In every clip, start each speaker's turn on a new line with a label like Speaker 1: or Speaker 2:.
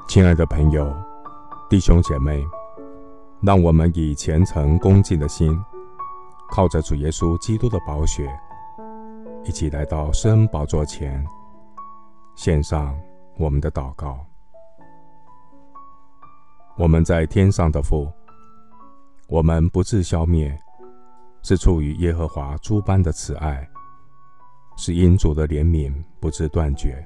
Speaker 1: 亲爱的朋友、弟兄姐妹，让我们以虔诚恭敬的心，靠着主耶稣基督的宝血，一起来到施恩宝座前，献上我们的祷告。我们在天上的父，我们不致消灭，是出于耶和华诸般的慈爱，是因主的怜悯不致断绝。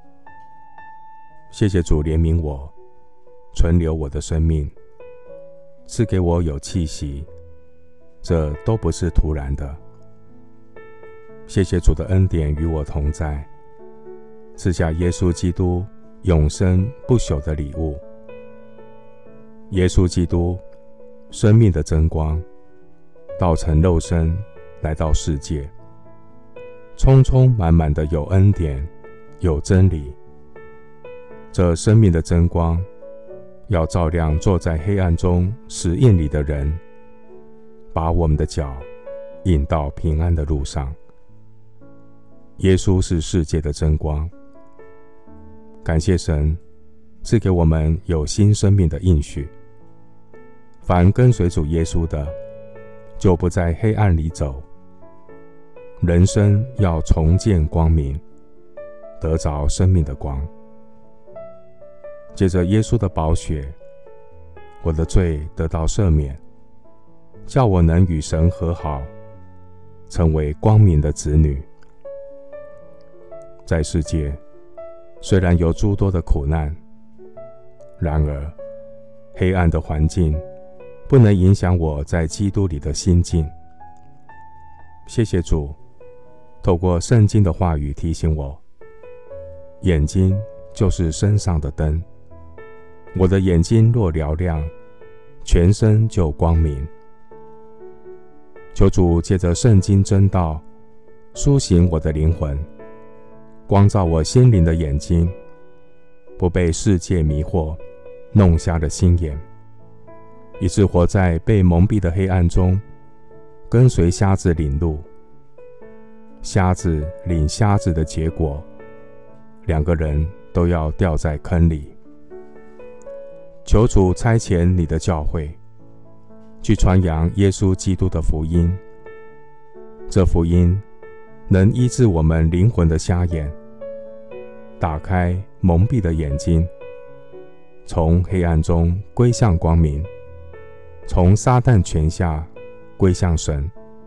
Speaker 1: 谢谢主怜悯我，存留我的生命，赐给我有气息，这都不是突然的。谢谢主的恩典与我同在，赐下耶稣基督永生不朽的礼物。耶稣基督生命的真光，道成肉身来到世界，充充满满的有恩典，有真理。这生命的真光，要照亮坐在黑暗中死荫里的人，把我们的脚引到平安的路上。耶稣是世界的真光，感谢神赐给我们有新生命的应许。凡跟随主耶稣的，就不在黑暗里走，人生要重见光明，得着生命的光。借着耶稣的宝血，我的罪得到赦免，叫我能与神和好，成为光明的子女。在世界虽然有诸多的苦难，然而黑暗的环境不能影响我在基督里的心境。谢谢主，透过圣经的话语提醒我，眼睛就是身上的灯，我的眼睛若嘹亮，全身就光明。求主借着圣经真道，苏醒我的灵魂，光照我心灵的眼睛，不被世界迷惑，弄瞎了心眼，以致活在被蒙蔽的黑暗中，跟随瞎子领路。瞎子领瞎子的结果，两个人都要掉在坑里。求主差遣你的教会，去传扬耶稣基督的福音。这福音能医治我们灵魂的瞎眼，打开蒙蔽的眼睛，从黑暗中归向光明，从撒旦权下归向神。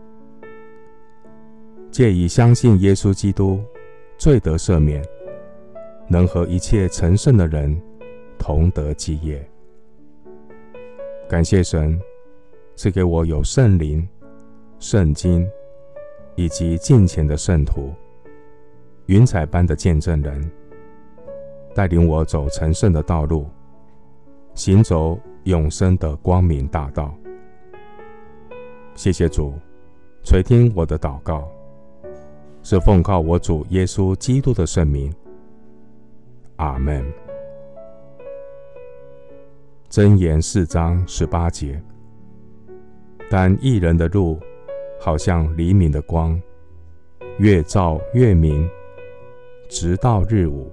Speaker 1: 借以相信耶稣基督，罪得赦免，能和一切成圣的人同得基业。感谢神赐给我有圣灵、圣经以及敬虔的圣徒，云彩般的见证人，带领我走成圣的道路，行走永生的光明大道。谢谢主垂听我的祷告，是奉靠我主耶稣基督的圣名。阿们。箴言4章18节，但义人的路好像黎明的光，越照越明，直到日午。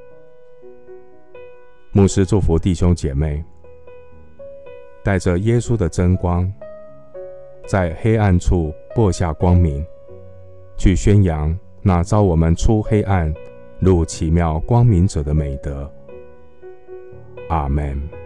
Speaker 1: 牧师祝福弟兄姐妹，带着耶稣的真光，在黑暗处播下光明，去宣扬那召我们出黑暗入奇妙光明者的美德。阿们。